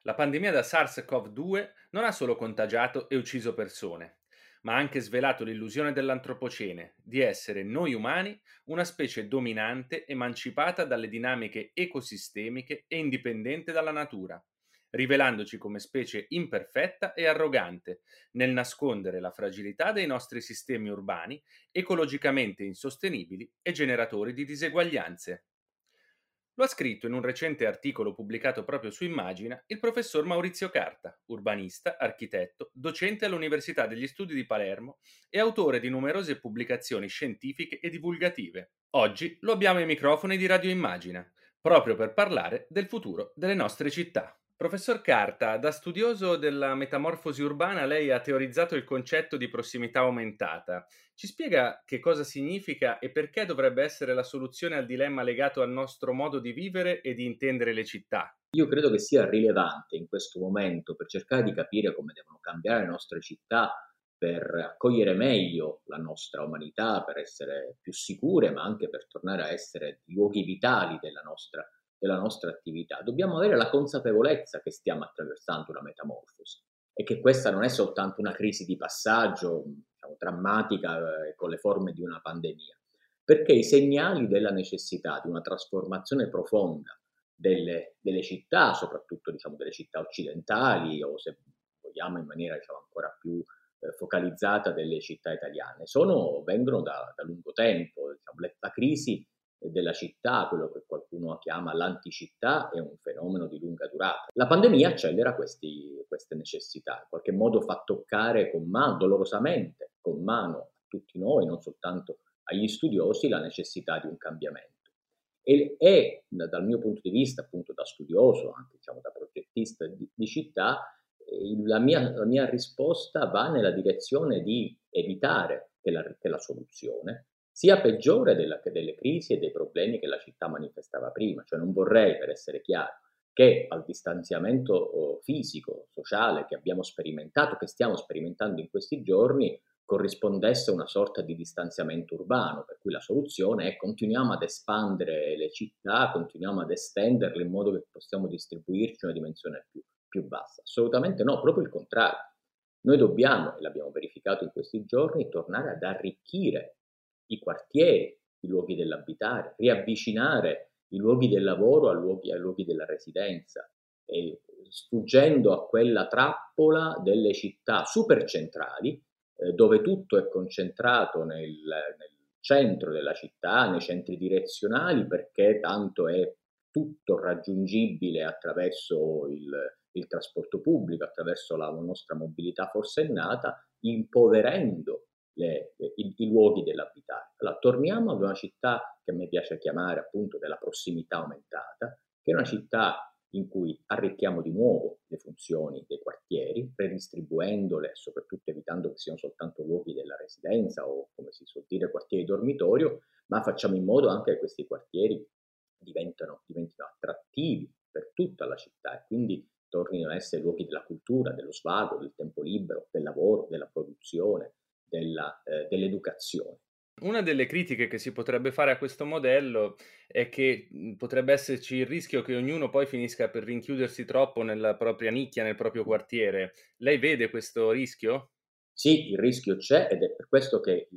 La pandemia da SARS-CoV-2 non ha solo contagiato e ucciso persone, ma ha anche svelato l'illusione dell'antropocene, di essere noi umani una specie dominante, emancipata dalle dinamiche ecosistemiche e indipendente dalla natura, rivelandoci come specie imperfetta e arrogante nel nascondere la fragilità dei nostri sistemi urbani, ecologicamente insostenibili e generatori di diseguaglianze. Lo ha scritto in un recente articolo pubblicato proprio su Immagina il professor Maurizio Carta, urbanista, architetto, docente all'Università degli Studi di Palermo e autore di numerose pubblicazioni scientifiche e divulgative. Oggi lo abbiamo ai microfoni di Radio Immagina, proprio per parlare del futuro delle nostre città. Professor Carta, da studioso della metamorfosi urbana, lei ha teorizzato il concetto di prossimità aumentata. Ci spiega che cosa significa e perché dovrebbe essere la soluzione al dilemma legato al nostro modo di vivere e di intendere le città? Io credo che sia rilevante in questo momento per cercare di capire come devono cambiare le nostre città, per accogliere meglio la nostra umanità, per essere più sicure, ma anche per tornare a essere luoghi vitali della nostra attività. Dobbiamo avere la consapevolezza che stiamo attraversando una metamorfosi e che questa non è soltanto una crisi di passaggio, diciamo, drammatica, con le forme di una pandemia, perché i segnali della necessità di una trasformazione profonda delle città, soprattutto diciamo delle città occidentali o se vogliamo in maniera diciamo ancora più focalizzata delle città italiane, vengono da lungo tempo. Diciamo, la crisi della città, quello che qualcuno chiama l'anticità, è un fenomeno di lunga durata. La pandemia accelera queste necessità, in qualche modo fa toccare con mano, dolorosamente, con mano a tutti noi, non soltanto agli studiosi, la necessità di un cambiamento. Dal mio punto di vista, appunto da studioso, anche diciamo da progettista di città, la mia risposta va nella direzione di evitare che la soluzione sia peggiore delle crisi e dei problemi che la città manifestava prima. Cioè non vorrei, per essere chiaro, che al distanziamento fisico, sociale che abbiamo sperimentato, che stiamo sperimentando in questi giorni, corrispondesse una sorta di distanziamento urbano, per cui la soluzione è: continuiamo ad espandere le città, continuiamo ad estenderle in modo che possiamo distribuirci una dimensione più bassa. Assolutamente no, proprio il contrario. Noi dobbiamo, e l'abbiamo verificato in questi giorni, tornare ad arricchire i quartieri, i luoghi dell'abitare, riavvicinare i luoghi del lavoro ai luoghi della residenza, e sfuggendo a quella trappola delle città supercentrali, dove tutto è concentrato nel centro della città, nei centri direzionali, perché tanto è tutto raggiungibile attraverso il trasporto pubblico, attraverso la nostra mobilità forsennata, impoverendo i luoghi dell'abitare. Allora, torniamo ad una città che a me piace chiamare appunto della prossimità aumentata, che è una città in cui arricchiamo di nuovo le funzioni dei quartieri, redistribuendole, soprattutto evitando che siano soltanto luoghi della residenza o, come si suol dire, quartieri dormitorio, ma facciamo in modo anche che questi quartieri diventino attrattivi per tutta la città e quindi tornino a essere luoghi della cultura, dello svago, del tempo libero, del lavoro, della produzione, dell'educazione. Una delle critiche che si potrebbe fare a questo modello è che potrebbe esserci il rischio che ognuno poi finisca per rinchiudersi troppo nella propria nicchia, nel proprio quartiere. Lei vede questo rischio? Sì, il rischio c'è ed è per questo che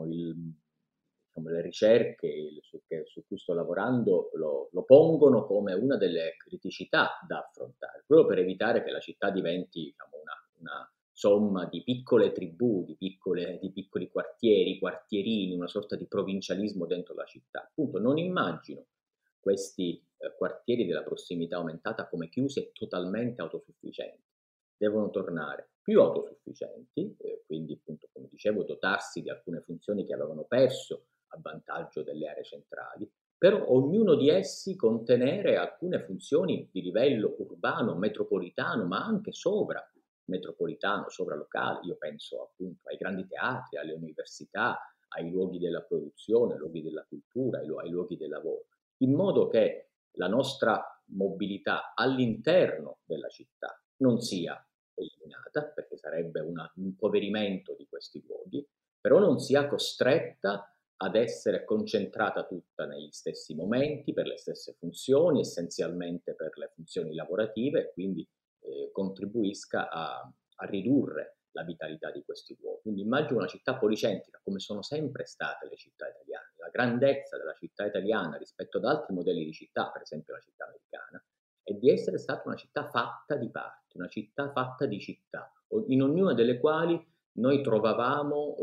diciamo le ricerche su cui sto lavorando lo pongono come una delle criticità da affrontare, proprio per evitare che la città diventi, diciamo, una somma di piccole tribù, di piccoli quartieri, quartierini, una sorta di provincialismo dentro la città. Appunto, non immagino questi quartieri della prossimità aumentata come chiusi e totalmente autosufficienti. Devono tornare più autosufficienti, quindi appunto, come dicevo, dotarsi di alcune funzioni che avevano perso a vantaggio delle aree centrali, però ognuno di essi contenere alcune funzioni di livello urbano, metropolitano, ma anche sovrametropolitano, sovralocale. Io penso appunto ai grandi teatri, alle università, ai luoghi della produzione, ai luoghi della cultura, ai luoghi del lavoro, in modo che la nostra mobilità all'interno della città non sia eliminata, perché sarebbe un impoverimento di questi luoghi, però non sia costretta ad essere concentrata tutta negli stessi momenti, per le stesse funzioni, essenzialmente per le funzioni lavorative, quindi contribuisca a ridurre la vitalità di questi luoghi. Quindi immagino una città policentrica, come sono sempre state le città italiane. La grandezza della città italiana rispetto ad altri modelli di città, per esempio la città americana, è di essere stata una città fatta di parti, una città fatta di città, in ognuna delle quali noi trovavamo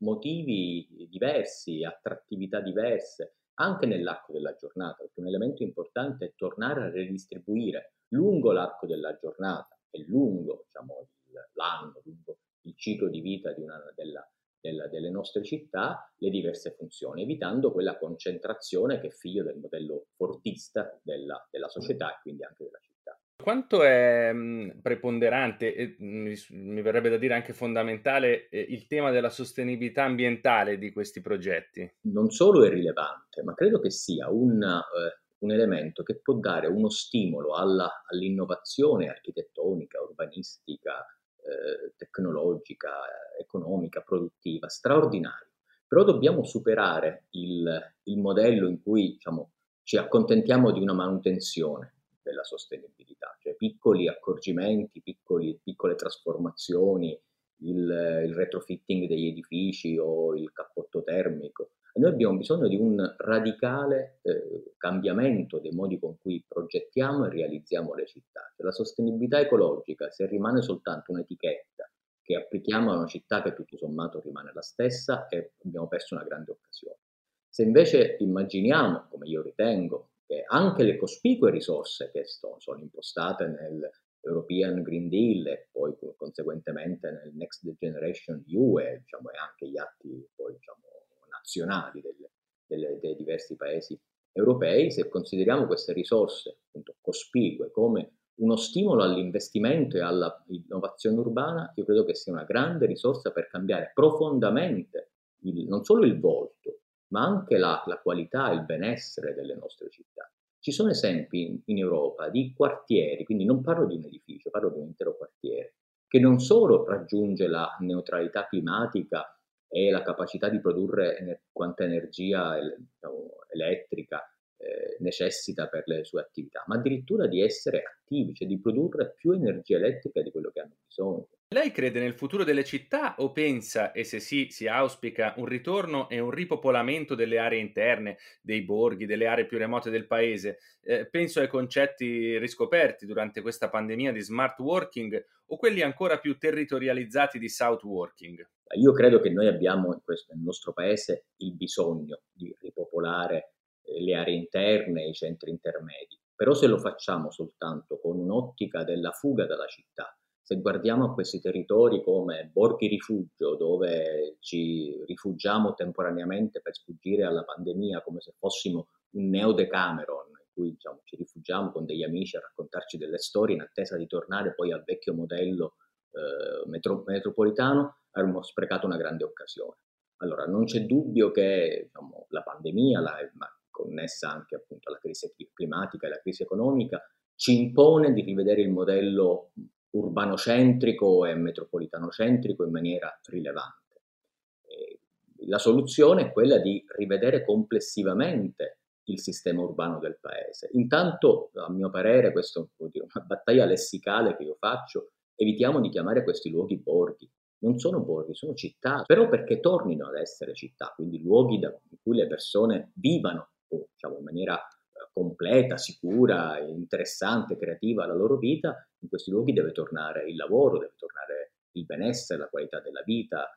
motivi diversi, attrattività diverse, anche nell'arco della giornata, perché un elemento importante è tornare a redistribuire lungo l'arco della giornata e lungo, diciamo, l'anno, lungo il ciclo di vita delle nostre città, le diverse funzioni, evitando quella concentrazione che è figlio del modello fordista della società e quindi anche della città. Quanto è, preponderante e, mi verrebbe da dire anche fondamentale, il tema della sostenibilità ambientale di questi progetti? Non solo è rilevante, ma credo che sia un elemento che può dare uno stimolo all'innovazione architettonica, urbanistica, tecnologica, economica, produttiva, straordinario. Però dobbiamo superare il modello in cui, diciamo, ci accontentiamo di una manutenzione della sostenibilità, cioè piccoli accorgimenti, piccole trasformazioni, il retrofitting degli edifici o il cappotto termico. E noi abbiamo bisogno di un radicale cambiamento dei modi con cui progettiamo e realizziamo le città. Cioè, la sostenibilità ecologica, se rimane soltanto un'etichetta che applichiamo a una città che tutto sommato rimane la stessa, e abbiamo perso una grande occasione. Se invece immaginiamo, come io ritengo, che anche le cospicue risorse che sono impostate nel European Green Deal e poi conseguentemente nel Next Generation EU e, diciamo, e anche gli atti poi, diciamo, nazionali dei diversi paesi europei, se consideriamo queste risorse appunto cospicue come uno stimolo all'investimento e all'innovazione urbana, io credo che sia una grande risorsa per cambiare profondamente non solo il volto, ma anche la qualità e il benessere delle nostre città. Ci sono esempi in Europa di quartieri, quindi non parlo di un edificio, parlo di un intero quartiere, che non solo raggiunge la neutralità climatica e la capacità di produrre quanta energia diciamo, elettrica necessita per le sue attività, ma addirittura di essere attivi, cioè di produrre più energia elettrica di quello che hanno bisogno. Lei crede nel futuro delle città o pensa, e se sì, si auspica un ritorno e un ripopolamento delle aree interne, dei borghi, delle aree più remote del paese? Penso ai concetti riscoperti durante questa pandemia di smart working o quelli ancora più territorializzati di south working. Io credo che noi abbiamo nel nostro paese il bisogno di ripopolare le aree interne e i centri intermedi, però se lo facciamo soltanto con un'ottica della fuga dalla città, se guardiamo a questi territori come borghi rifugio, dove ci rifugiamo temporaneamente per sfuggire alla pandemia, come se fossimo un neo-Decameron, in cui, diciamo, ci rifugiamo con degli amici a raccontarci delle storie in attesa di tornare poi al vecchio modello metropolitano, avremmo sprecato una grande occasione. Allora, non c'è dubbio che, diciamo, la pandemia, ma connessa anche appunto alla crisi climatica e alla crisi economica, ci impone di rivedere il modello urbanocentrico e metropolitanocentrico in maniera rilevante. La soluzione è quella di rivedere complessivamente il sistema urbano del paese. Intanto, a mio parere, questa è una battaglia lessicale che io faccio, evitiamo di chiamare questi luoghi borghi. Non sono borghi, sono città, però perché tornino ad essere città, quindi luoghi in cui le persone vivano, diciamo, in maniera completa, sicura, interessante, creativa la loro vita, in questi luoghi deve tornare il lavoro, deve tornare il benessere, la qualità della vita,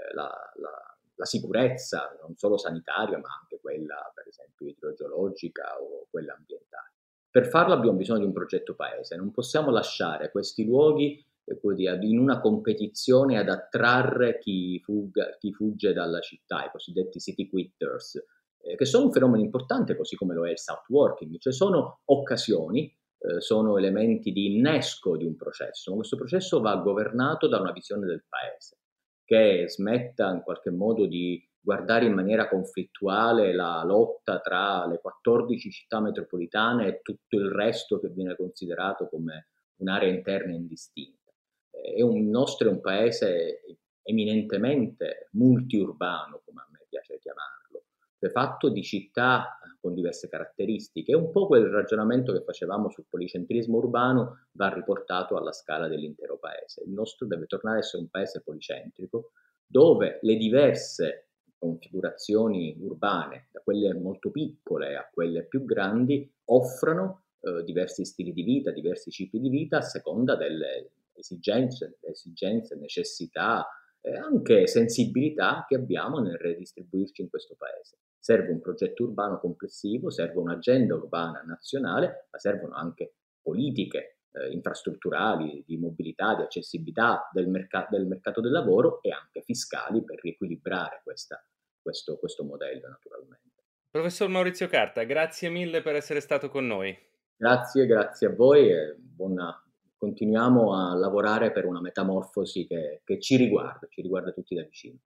la sicurezza, non solo sanitaria, ma anche quella, per esempio, idrogeologica o quella ambientale. Per farlo abbiamo bisogno di un progetto paese, non possiamo lasciare questi luoghi in una competizione ad attrarre chi fugge dalla città, i cosiddetti city quitters, che sono un fenomeno importante, così come lo è il south working, cioè sono occasioni, sono elementi di innesco di un processo, ma questo processo va governato da una visione del paese, che smetta in qualche modo di guardare in maniera conflittuale la lotta tra le 14 città metropolitane e tutto il resto che viene considerato come un'area interna indistinta. Il nostro è un paese eminentemente multiurbano, come a me piace chiamarlo, fatto di città con diverse caratteristiche. È un po' quel ragionamento che facevamo sul policentrismo urbano va riportato alla scala dell'intero paese. Il nostro deve tornare a essere un paese policentrico, dove le diverse configurazioni urbane, da quelle molto piccole a quelle più grandi, offrano diversi stili di vita, diversi cicli di vita a seconda delle esigenze, necessità e anche sensibilità che abbiamo nel redistribuirci in questo paese. Serve un progetto urbano complessivo, serve un'agenda urbana nazionale, ma servono anche politiche infrastrutturali, di mobilità, di accessibilità del mercato del lavoro e anche fiscali per riequilibrare questo modello naturalmente. Professor Maurizio Carta, grazie mille per essere stato con noi. Grazie a voi e continuiamo a lavorare per una metamorfosi che ci riguarda tutti da vicino.